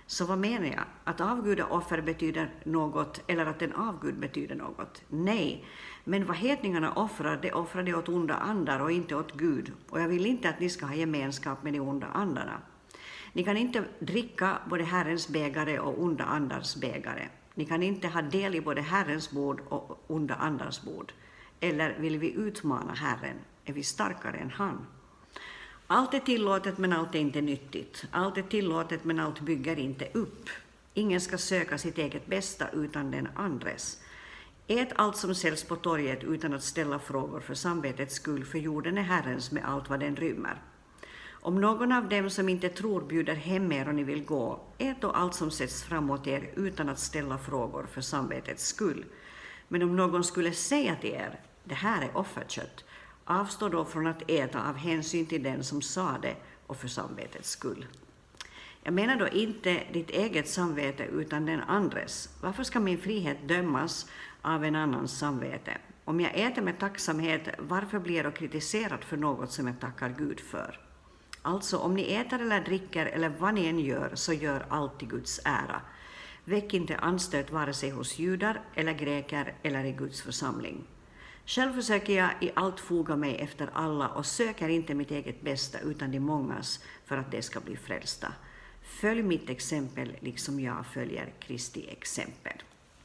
S1: Så vad menar jag? Att avguda offer betyder något, eller att en avgud betyder något? Nej, men vad hedningarna offrar, det offrar det åt onda andar och inte åt Gud. Och jag vill inte att ni ska ha gemenskap med de onda andarna. Ni kan inte dricka både Herrens bägare och onda andars bägare. Ni kan inte ha del i både Herrens bord och onda andars bord. Eller vill vi utmana Herren? Är vi starkare än han? Allt är tillåtet men allt är inte nyttigt. Allt är tillåtet men allt bygger inte upp. Ingen ska söka sitt eget bästa utan den andres. Ät allt som säljs på torget utan att ställa frågor för samvetets skull, för jorden är Herrens med allt vad den rymmer. Om någon av dem som inte tror bjuder hem er och ni vill gå, ät då allt som sätts framåt er utan att ställa frågor för samvetets skull. Men om någon skulle säga till er, det här är offerkött, avstå då från att äta av hänsyn till den som sa det och för samvetets skull. Jag menar då inte ditt eget samvete utan den andres. Varför ska min frihet dömas av en annans samvete? Om jag äter med tacksamhet, varför blir jag kritiserad för något som jag tackar Gud för? Alltså, om ni äter eller dricker eller vad ni än gör, så gör allt till Guds ära. Väck inte anstöt vare sig hos judar eller greker eller i Guds församling. Själv försöker jag i allt foga mig efter alla och söker inte mitt eget bästa utan de mångas för att de ska bli frälsta. Följ mitt exempel liksom jag följer Kristi exempel.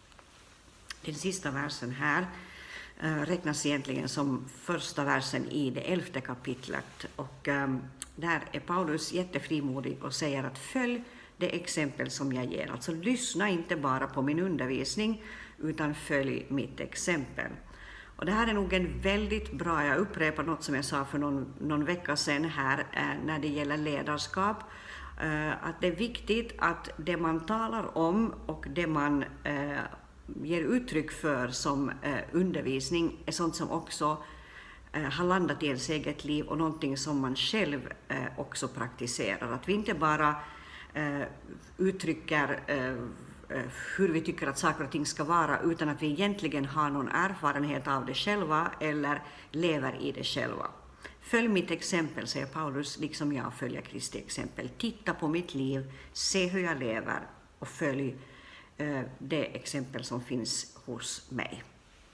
S1: Den sista versen här äh, räknas egentligen som första versen i det elfte kapitlet. Och ähm, där är Paulus jättefrimodig och säger att följ det exempel som jag ger. Alltså lyssna inte bara på min undervisning utan följ mitt exempel. Och det här är nog en väldigt bra, jag upprepar något som jag sa för någon, någon vecka sedan här äh, när det gäller ledarskap. Uh, att det är viktigt att det man talar om och det man uh, ger uttryck för som uh, undervisning är sånt som också uh, har landat i ens eget liv och någonting som man själv uh, också praktiserar. Att vi inte bara uh, uttrycker uh, hur vi tycker att saker och ting ska vara utan att vi egentligen har någon erfarenhet av det själva eller lever i det själva. Följ mitt exempel, säger Paulus, liksom jag följer Kristi exempel. Titta på mitt liv, se hur jag lever och följ eh, det exempel som finns hos mig.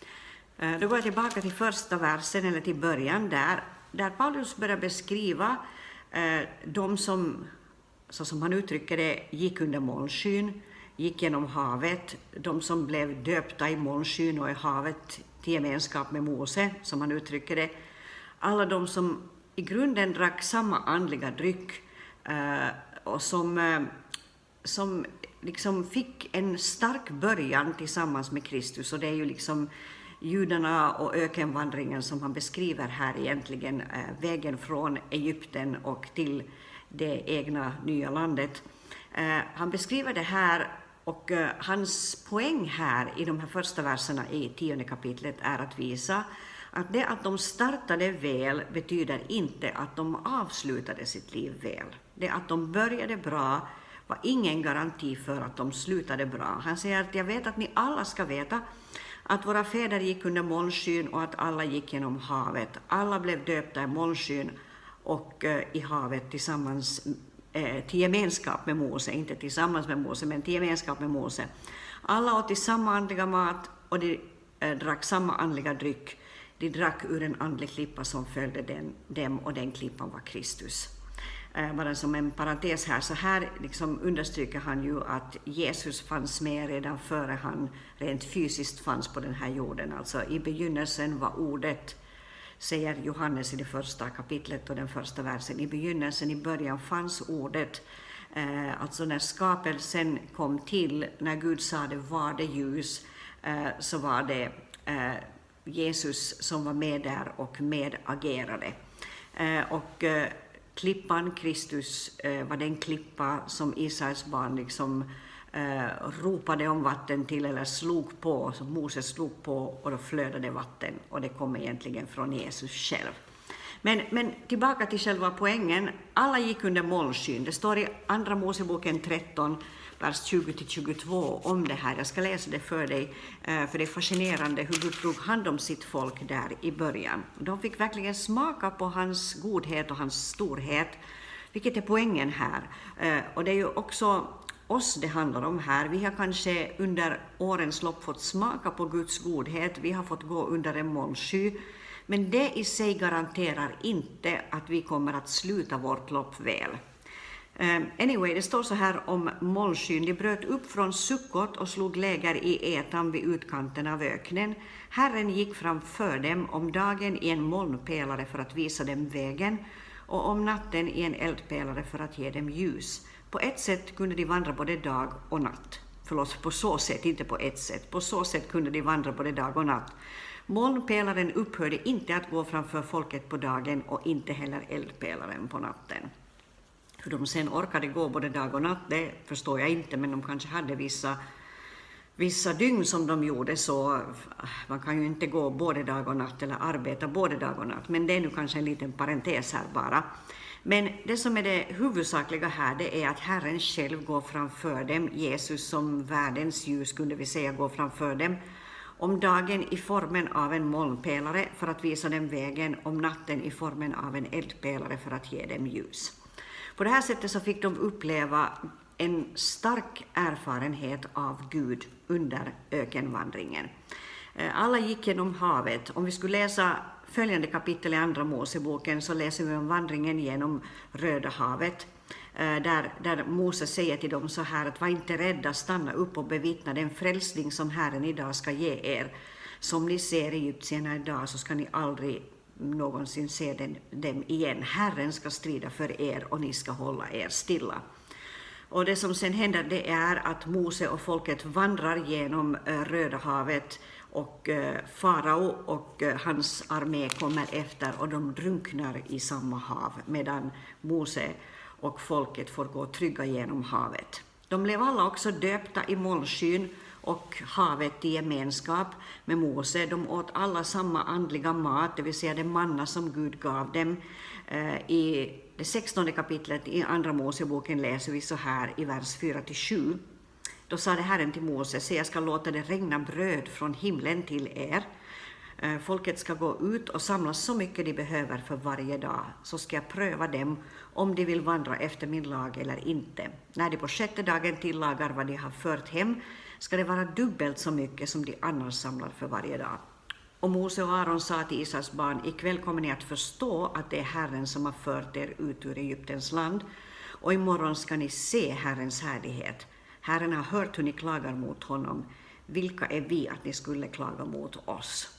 S1: Eh, då går jag tillbaka till första versen, eller till början där, där Paulus börjar beskriva eh, de som, så som han uttrycker det, gick under molnskyn, gick genom havet, de som blev döpta i molnskyn och i havet till gemenskap med Mose, som han uttrycker det. Alla de som i grunden drack samma andliga dryck eh, och som, eh, som liksom fick en stark början tillsammans med Kristus. Och det är ju liksom judarna och ökenvandringen som han beskriver här egentligen, eh, vägen från Egypten och till det egna nya landet. Eh, han beskriver det här och eh, hans poäng här i de här första verserna i tionde kapitlet är att visa att det att de startade väl betyder inte att de avslutade sitt liv väl. Det att de började bra var ingen garanti för att de slutade bra. Han säger att jag vet att ni alla ska veta att våra fäder gick under molnskyn och att alla gick genom havet. Alla blev döpta i molnskyn och eh, i havet tillsammans eh, till gemenskap med Mose. Inte tillsammans med Mose, men till gemenskap med Mose. Alla åt i samma andliga mat och de eh, drack samma andliga dryck. De drack ur en andlig klippa som följde den, dem och den klippan var Kristus. Eh, bara som en parentes här, så här liksom understryker han ju att Jesus fanns med redan före han rent fysiskt fanns på den här jorden. Alltså i begynnelsen var ordet, säger Johannes i det första kapitlet och den första versen. I begynnelsen, i början fanns ordet. Eh, alltså när skapelsen kom till, när Gud sa det var det ljus, eh, så var det eh, Jesus som var med där och medagerade. Eh, och eh, klippan, Kristus, eh, var den klippa som Israels barn liksom eh, ropade om vatten till eller slog på, som Moses slog på och då flödade vatten och det kom egentligen från Jesus själv. Men, men tillbaka till själva poängen, alla gick under molnskyn. Det står i andra Moseboken tretton, vers tjugo till tjugotvå om det här. Jag ska läsa det för dig, för det är fascinerande hur Gud tog hand om sitt folk där i början. De fick verkligen smaka på hans godhet och hans storhet, vilket är poängen här. Och det är ju också oss det handlar om här. Vi har kanske under årens lopp fått smaka på Guds godhet, vi har fått gå under en molnsky, men det i sig garanterar inte att vi kommer att sluta vårt lopp väl. Uh, anyway, det står så här om molnskyn. De bröt upp från Sukkot och slog läger i Etam vid utkanten av öknen. Herren gick framför dem om dagen i en molnpelare för att visa dem vägen och om natten i en eldpelare för att ge dem ljus. På ett sätt kunde de vandra både dag och natt. Förlåt, på så sätt, inte på ett sätt. På så sätt kunde de vandra både dag och natt. Molnpelaren upphörde inte att gå framför folket på dagen och inte heller eldpelaren på natten. Hur de sen orkade gå både dag och natt, det förstår jag inte, men de kanske hade vissa, vissa dygn som de gjorde, så man kan ju inte gå både dag och natt eller arbeta både dag och natt, men det är nu kanske en liten parentes här bara. Men det som är det huvudsakliga här, det är att Herren själv går framför dem. Jesus som världens ljus kunde vi säga går framför dem. Om dagen i formen av en molnpelare för att visa dem vägen, om natten i formen av en eldpelare för att ge dem ljus. På det här sättet så fick de uppleva en stark erfarenhet av Gud under ökenvandringen. Alla gick genom havet. Om vi skulle läsa följande kapitel i andra Moseboken så läser vi om vandringen genom Röda havet. Där, där Mose säger till dem så här att var inte rädda, stanna upp och bevittna den frälsning som Herren idag ska ge er. Som ni ser egyptierna idag så ska ni aldrig någonsin se den, dem igen. Herren ska strida för er och ni ska hålla er stilla. Och det som sen händer, det är att Mose och folket vandrar genom Röda havet och farao och hans armé kommer efter och de drunknar i samma hav medan Mose och folket får gå trygga genom havet. De blev alla också döpta i molnskyn och havet i gemenskap med Mose. De åt alla samma andliga mat, det vill säga det manna som Gud gav dem. I det sextonde kapitlet i andra Moseboken läser vi så här i vers fyra till sju. Då sa det Herren till Mose, se jag ska låta det regna bröd från himlen till er. Folket ska gå ut och samla så mycket de behöver för varje dag. Så ska jag pröva dem om de vill vandra efter min lag eller inte. När de på sjätte dagen tillagar vad de har fört hem ska det vara dubbelt så mycket som de annars samlar för varje dag. Och Mose och Aaron sa till Israels barn, ikväll kommer ni att förstå att det är Herren som har fört er ut ur Egyptens land. Och imorgon ska ni se Herrens härlighet. Herren har hört hur ni klagar mot honom. Vilka är vi att ni skulle klaga mot oss?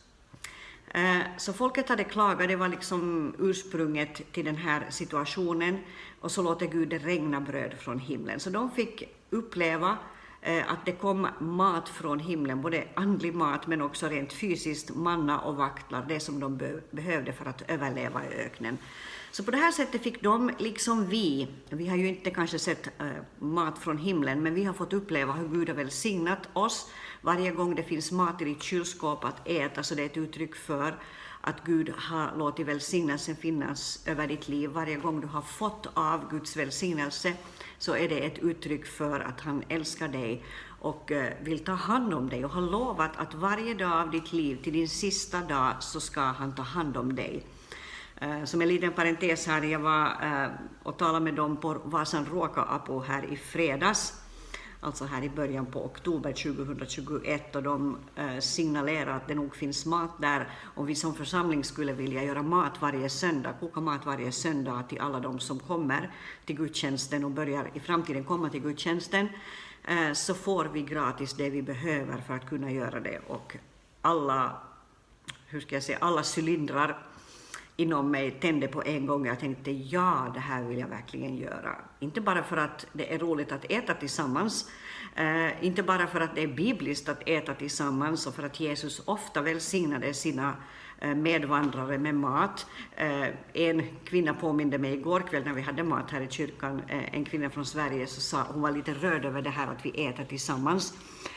S1: Så folket hade klagat, det var liksom ursprunget till den här situationen. Och så låter Gud det regna bröd från himlen. Så de fick uppleva att det kom mat från himlen, både andlig mat men också rent fysiskt, manna och vaktlar, det som de be- behövde för att överleva i öknen. Så på det här sättet fick de, liksom vi, vi har ju inte kanske sett äh, mat från himlen, men vi har fått uppleva hur Gud har välsignat oss. Varje gång det finns mat i ditt kylskåp att äta, så det är ett uttryck för att Gud har låtit välsignelsen finnas över ditt liv. Varje gång du har fått av Guds välsignelse så är det ett uttryck för att han älskar dig och vill ta hand om dig och har lovat att varje dag av ditt liv till din sista dag så ska han ta hand om dig. Som en liten parentes här, jag var och talade med dem på Vasan Ruoka-apu här i fredags, alltså här i början på oktober tjugohundratjugoett, och de signalerar att det nog finns mat där om vi som församling skulle vilja göra mat varje söndag, koka mat varje söndag till alla de som kommer till gudstjänsten och börjar i framtiden komma till gudstjänsten, så får vi gratis det vi behöver för att kunna göra det. Och alla, hur ska jag säga, alla cylindrar inom mig tände på en gång. Jag tänkte, ja, det här vill jag verkligen göra. Inte bara för att det är roligt att äta tillsammans, eh, inte bara för att det är bibliskt att äta tillsammans och för att Jesus ofta välsignade sina eh, medvandrare med mat. Eh, en kvinna påminde mig igår kväll när vi hade mat här i kyrkan, eh, en kvinna från Sverige, så sa, hon var lite rörd över det här att vi äter tillsammans.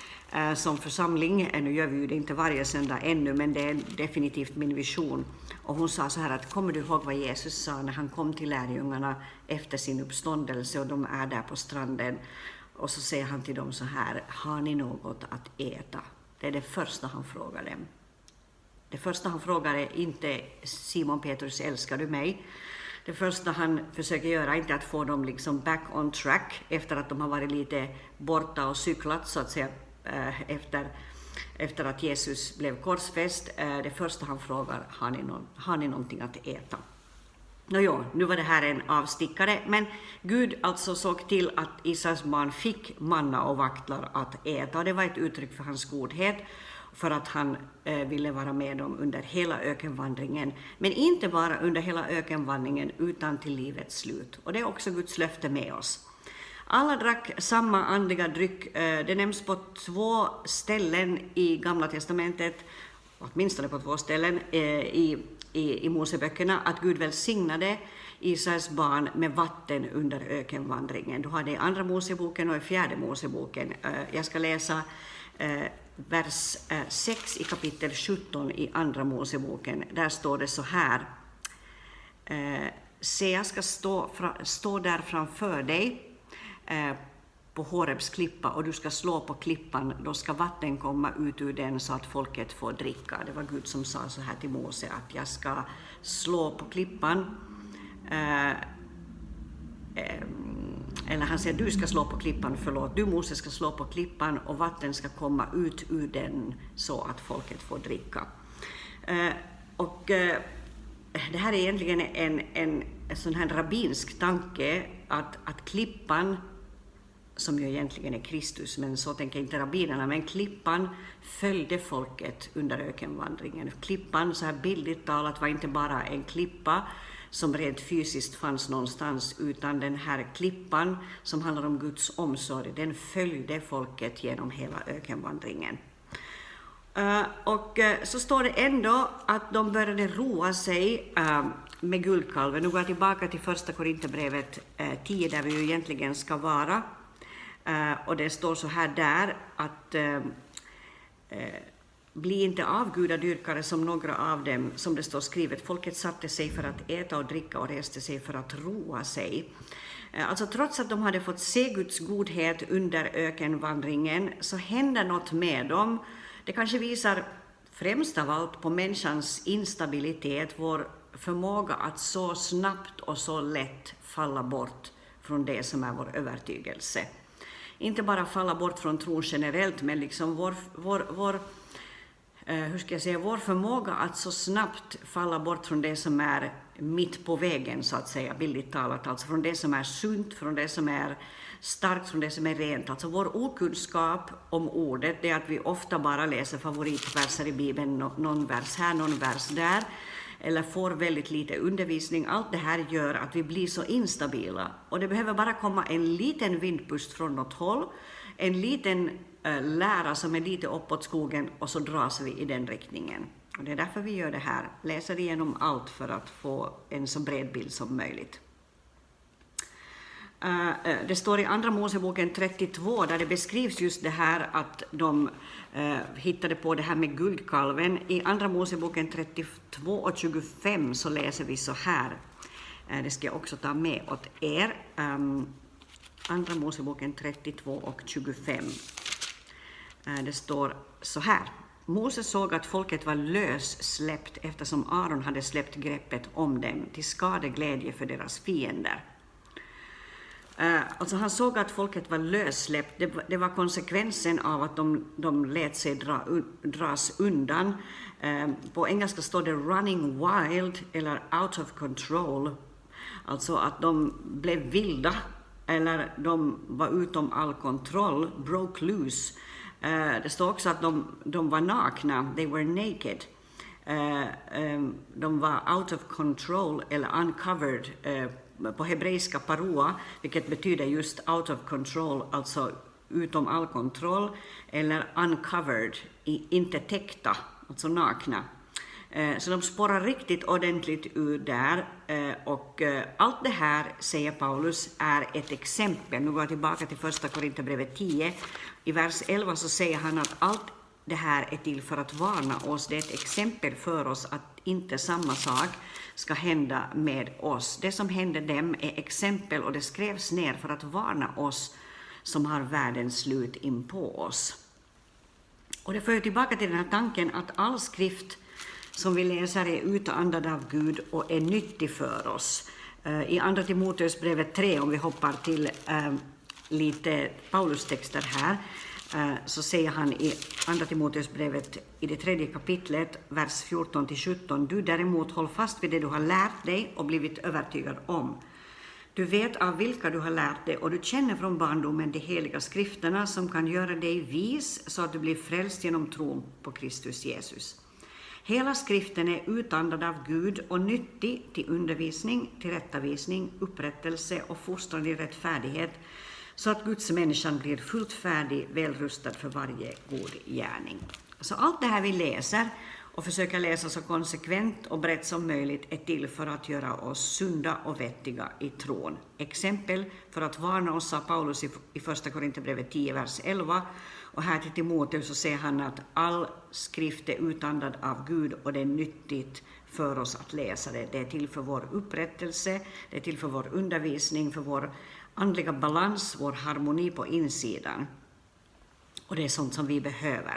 S1: Som församling, nu gör vi ju det inte varje söndag ännu, men det är definitivt min vision. Och hon sa så här att, kommer du ihåg vad Jesus sa när han kom till lärjungarna efter sin uppståndelse och de är där på stranden, och så säger han till dem så här, har ni något att äta? Det är det första han frågar dem. Det första han frågar är inte, Simon Petrus, älskar du mig? Det första han försöker göra är inte att få dem liksom back on track efter att de har varit lite borta och cyklat så att säga efter, efter att Jesus blev korsfäst. Det första han frågar, har ni, någon, har ni någonting att äta? Nåjo, nu var det här en avstickare, men Gud alltså såg till att Israels barn fick manna och vaktlar att äta. Det var ett uttryck för hans godhet, för att han eh, ville vara med dem under hela ökenvandringen. Men inte bara under hela ökenvandringen utan till livets slut. Och det är också Guds löfte med oss. Alla drack samma andliga dryck. Eh, det nämns på två ställen i Gamla testamentet, åtminstone på två ställen eh, i, i, i Moseböckerna, att Gud välsignade Israels barn med vatten under ökenvandringen. Du har det i andra Moseboken och i fjärde Moseboken. Eh, jag ska läsa eh, vers sex i kapitel sjutton i andra Moseboken. Där står det så här. Eh, Se, jag ska stå, fra, stå där framför dig eh, på Horebs klippa, och du ska slå på klippan. Då ska vatten komma ut ur den så att folket får dricka. Det var Gud som sa så här till Mose, att jag ska slå på klippan. Eh, eh, Eller han säger, du ska slå på klippan, förlåt, du Mose ska slå på klippan och vatten ska komma ut ur den så att folket får dricka. Eh, och eh, det här är egentligen en, en, en sån här rabbinsk tanke att, att klippan, som ju egentligen är Kristus, men så tänker inte rabbinerna, men klippan följde folket under ökenvandringen. Klippan, så här bildligt talat, var inte bara en klippa som rent fysiskt fanns någonstans, utan den här klippan som handlar om Guds omsorg, den följde folket genom hela ökenvandringen. Uh, och uh, så står det ändå att de började roa sig uh, med guldkalven. Nu går jag tillbaka till första Korinthierbrevet uh, tio, där vi ju egentligen ska vara. Uh, och det står så här där att uh, uh, bli inte avgudadyrkare som några av dem, som det står skrivet. Folket satte sig för att äta och dricka och reste sig för att roa sig. Alltså trots att de hade fått se Guds godhet under ökenvandringen, så hände något med dem. Det kanske visar främst av allt på människans instabilitet, vår förmåga att så snabbt och så lätt falla bort från det som är vår övertygelse. Inte bara falla bort från tron generellt, men liksom vår, vår, vår hur ska jag säga, vår förmåga att så snabbt falla bort från det som är mitt på vägen, så att säga, billigt talat, alltså från det som är sunt, från det som är starkt, från det som är rent. Alltså vår okunskap om ordet, det är att vi ofta bara läser favoritverser i Bibeln, någon vers här, någon vers där, eller får väldigt lite undervisning. Allt det här gör att vi blir så instabila, och det behöver bara komma en liten vindpust från något håll, en liten äh, lära som är lite uppåt skogen, och så dras vi i den riktningen. Och det är därför vi gör det här, läser igenom allt för att få en så bred bild som möjligt. Uh, det står i andra Moseboken trettiotvå, där det beskrivs just det här att de uh, hittade på det här med guldkalven. I andra Moseboken trettiotvå och tjugofem så läser vi så här. Uh, det ska jag också ta med åt er. Um, andra Moseboken trettiotvå och tjugofem. Uh, det står så här. Moses såg att folket var lössläppt eftersom Aaron hade släppt greppet om dem till skadeglädje för deras fiender. Uh, alltså han såg att folket var lössläppt. Det, det var konsekvensen av att de, de lät sig dra, un, dras undan. Uh, på engelska står det running wild eller out of control. Alltså att de blev vilda eller de var utom all kontroll, broke loose. Uh, det står också att de, de var nakna, they were naked. Uh, um, de var out of control eller uncovered uh, på hebreiska paroa, vilket betyder just out of control, alltså utom all kontroll, eller uncovered, inte täckta, alltså nakna. Så de spårar riktigt ordentligt ur där, och allt det här, säger Paulus, är ett exempel. Nu går jag tillbaka till första Korinthierbrevet tio. I vers elva så säger han att allt det här är till för att varna oss. Det är ett exempel för oss att inte samma sak ska hända med oss. Det som hände dem är exempel, och det skrevs ner för att varna oss som har världens slut in på oss. Och det för ju tillbaka till den här tanken att all skrift som vi läser är utandad av Gud och är nyttig för oss. I andra Timoteusbrevet tre, om vi hoppar till äh, lite Paulus-texter här, äh, så säger han i andra Timoteusbrevet i det tredje kapitlet, vers fjorton till sjutton: du däremot håll fast vid det du har lärt dig och blivit övertygad om. Du vet av vilka du har lärt dig och du känner från barndomen de heliga skrifterna som kan göra dig vis så att du blir frälst genom tron på Kristus Jesus. Hela skriften är utandad av Gud och nyttig till undervisning, tillrättavisning, upprättelse och fostran i rättfärdighet, så att Guds människan blir fullt färdig, välrustad för varje god gärning. Så allt det här vi läser och försöker läsa så konsekvent och brett som möjligt är till för att göra oss sunda och vettiga i tron. Exempel för att varna oss, sa Paulus i första Korinthierbrevet tio, vers elva. Och här till Timoteus så säger han att all skrift är utandad av Gud och det är nyttigt för oss att läsa det. Det är till för vår upprättelse, det är till för vår undervisning, för vår andliga balans, vår harmoni på insidan. Och det är sånt som vi behöver.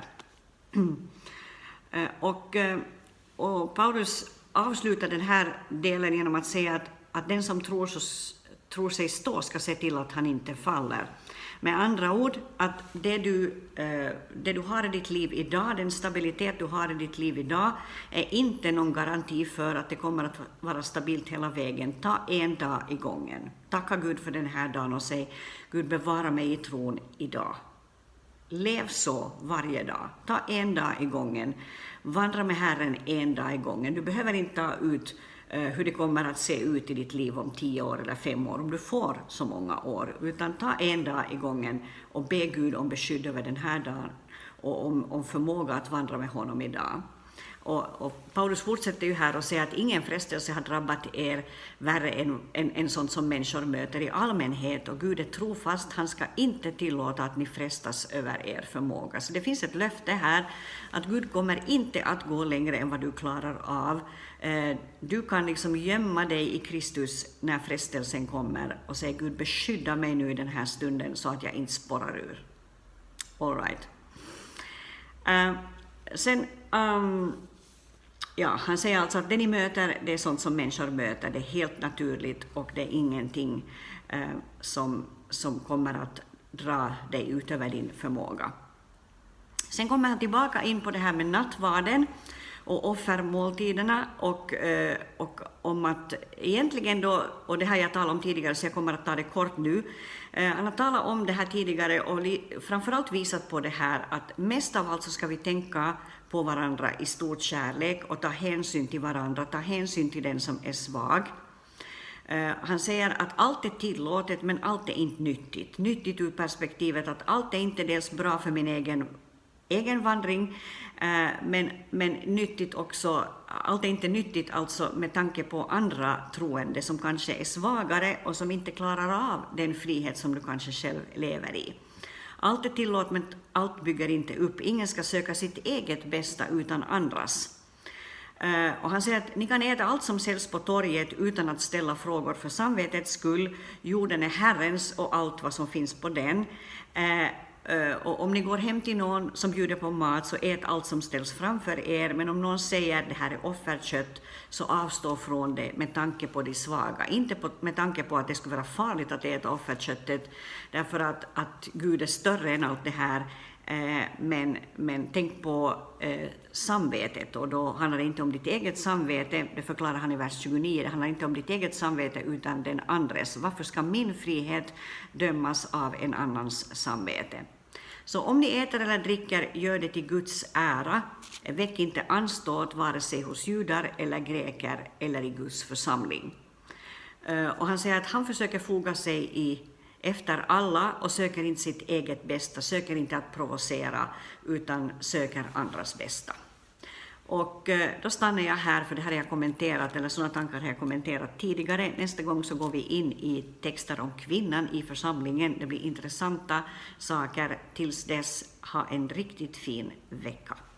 S1: Och, och Paulus avslutar den här delen genom att säga att, att den som tror, så, tror sig stå ska se till att han inte faller. Med andra ord, att det du, det du har i ditt liv idag, den stabilitet du har i ditt liv idag, är inte någon garanti för att det kommer att vara stabilt hela vägen. Ta en dag i gången. Tacka Gud för den här dagen och säg: Gud, bevara mig i tron idag. Lev så varje dag. Ta en dag i gången. Vandra med Herren en dag i gången. Du behöver inte ta ut uh, hur det kommer att se ut i ditt liv om tio år eller fem år, om du får så många år. Utan ta en dag i gången och be Gud om beskydd över den här dagen och om, om förmåga att vandra med honom idag. Och, och Paulus fortsätter ju här och säger att ingen frestelse har drabbat er värre än, än, än sånt som människor möter i allmänhet. Och Gud är trofast, han ska inte tillåta att ni frestas över er förmåga. Så det finns ett löfte här att Gud kommer inte att gå längre än vad du klarar av. Eh, du kan liksom gömma dig i Kristus när frestelsen kommer och säga: Gud, beskydda mig nu i den här stunden så att jag inte spårar ur. All right. Eh, sen... Um, Ja, han säger alltså att det ni möter, det är sånt som människor möter, det är helt naturligt och det är ingenting eh, som, som kommer att dra dig utöver din förmåga. Sen kommer han tillbaka in på det här med nattvarden och offermåltiderna och, eh, och om att egentligen då, och det har jag talat om tidigare så jag kommer att ta det kort nu, eh, han har talat om det här tidigare och li, framförallt visat på det här att mest av allt så ska vi tänka på varandra i stor kärlek och ta hänsyn till varandra, ta hänsyn till den som är svag. Uh, han säger att allt är tillåtet men allt är inte nyttigt. Nyttigt ur perspektivet att allt är inte dels bra för min egen, egen vandring uh, men, men nyttigt också, allt är inte nyttigt alltså med tanke på andra troende som kanske är svagare och som inte klarar av den frihet som du kanske själv lever i. Allt är tillåtet men allt bygger inte upp. Ingen ska söka sitt eget bästa utan andras. Uh, och han säger att ni kan äta allt som säljs på torget utan att ställa frågor för samvetets skull. Jorden är Herrens och allt vad som finns på den. Uh, uh, och om ni går hem till någon som bjuder på mat så ät allt som ställs framför er. Men om någon säger att det här är offerkött så avstå från det med tanke på de svaga. Inte på, med tanke på att det skulle vara farligt att äta offerköttet därför att, att Gud är större än allt det här. Eh, men, men tänk på eh, samvetet, och då handlar det inte om ditt eget samvete, det förklarar han i vers tjugonio, det handlar inte om ditt eget samvete utan den andres. Varför ska min frihet dömas av en annans samvete? Så om ni äter eller dricker, gör det till Guds ära. Väck inte anståt vare sig hos judar eller greker eller i Guds församling. Eh, och han säger att han försöker foga sig i efter alla och söker inte sitt eget bästa, söker inte att provocera utan söker andras bästa. Och då stannar jag här, för det här har jag kommenterat, eller sådana tankar har jag kommenterat tidigare. Nästa gång så går vi in i texter om kvinnan i församlingen. Det blir intressanta saker. Tills dess, ha en riktigt fin vecka.